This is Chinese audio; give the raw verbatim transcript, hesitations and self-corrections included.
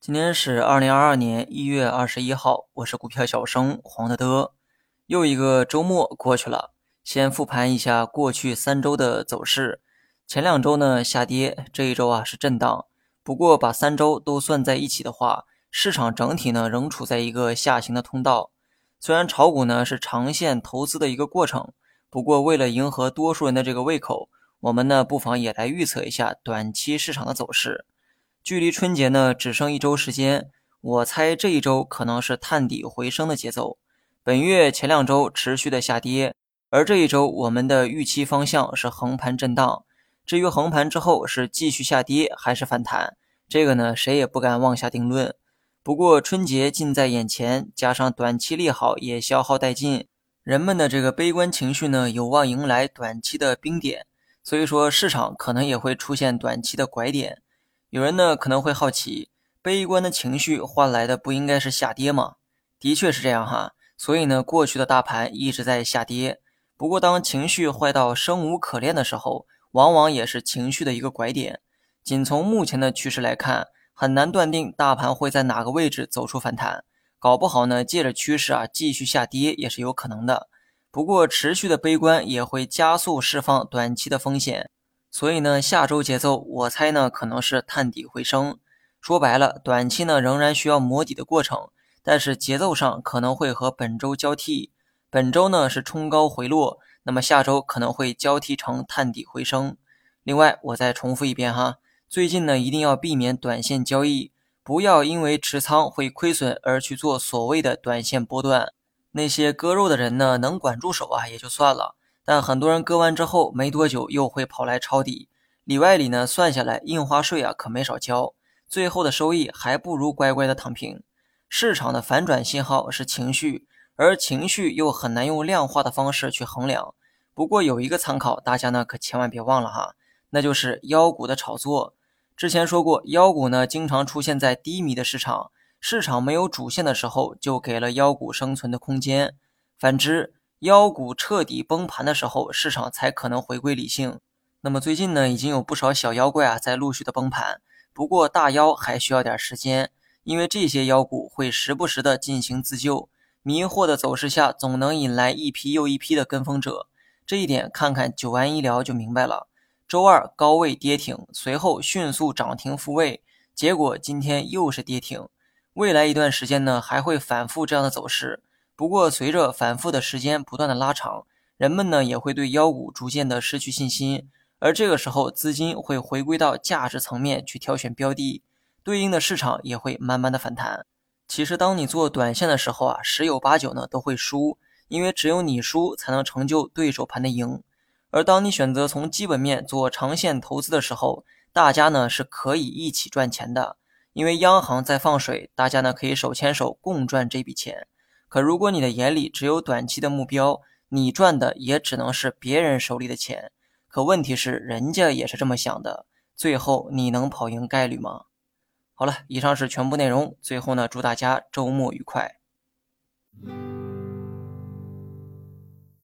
今天是二零二二年一月二十一号，我是股票小生黄德德。又一个周末过去了，先复盘一下过去三周的走势。前两周呢下跌，这一周啊是震荡。不过把三周都算在一起的话，市场整体呢仍处在一个下行的通道。虽然炒股呢是长线投资的一个过程，不过为了迎合多数人的这个胃口，我们呢不妨也来预测一下短期市场的走势。距离春节呢只剩一周时间，我猜这一周可能是探底回升的节奏。本月前两周持续的下跌，而这一周我们的预期方向是横盘震荡。至于横盘之后是继续下跌还是反弹，这个呢谁也不敢妄下定论。不过春节近在眼前，加上短期利好也消耗殆尽，人们的这个悲观情绪呢有望迎来短期的冰点，所以说市场可能也会出现短期的拐点。有人呢可能会好奇，悲观的情绪换来的不应该是下跌吗？的确是这样哈，所以呢过去的大盘一直在下跌。不过当情绪坏到生无可恋的时候，往往也是情绪的一个拐点。仅从目前的趋势来看，很难断定大盘会在哪个位置走出反弹，搞不好呢借着趋势啊继续下跌也是有可能的。不过持续的悲观也会加速释放短期的风险。所以呢，下周节奏我猜呢可能是探底回升。说白了，短期呢仍然需要磨底的过程，但是节奏上可能会和本周交替。本周呢是冲高回落，那么下周可能会交替成探底回升。另外，我再重复一遍哈，最近呢一定要避免短线交易，不要因为持仓会亏损而去做所谓的短线波段。那些割肉的人呢，能管住手啊也就算了。但很多人割完之后没多久又会跑来抄底，里外里呢算下来印花税啊可没少交，最后的收益还不如乖乖的躺平。市场的反转信号是情绪，而情绪又很难用量化的方式去衡量。不过有一个参考，大家呢可千万别忘了哈，那就是妖股的炒作。之前说过，妖股呢经常出现在低迷的市场，市场没有主线的时候，就给了妖股生存的空间。反之，妖股彻底崩盘的时候，市场才可能回归理性。那么最近呢，已经有不少小妖怪啊在陆续的崩盘，不过大妖还需要点时间，因为这些妖股会时不时的进行自救，迷惑的走势下总能引来一批又一批的跟风者。这一点看看九安医疗就明白了。周二高位跌停，随后迅速涨停复位，结果今天又是跌停。未来一段时间呢，还会反复这样的走势。不过随着反复的时间不断的拉长，人们呢也会对妖股逐渐的失去信心，而这个时候资金会回归到价值层面去挑选标的，对应的市场也会慢慢的反弹。其实当你做短线的时候啊，十有八九呢都会输，因为只有你输才能成就对手盘的赢。而当你选择从基本面做长线投资的时候，大家呢是可以一起赚钱的，因为央行在放水，大家呢可以手牵手共赚这笔钱。可如果你的眼里只有短期的目标，你赚的也只能是别人手里的钱。可问题是人家也是这么想的，最后你能跑赢概率吗？好了，以上是全部内容，最后呢祝大家周末愉快。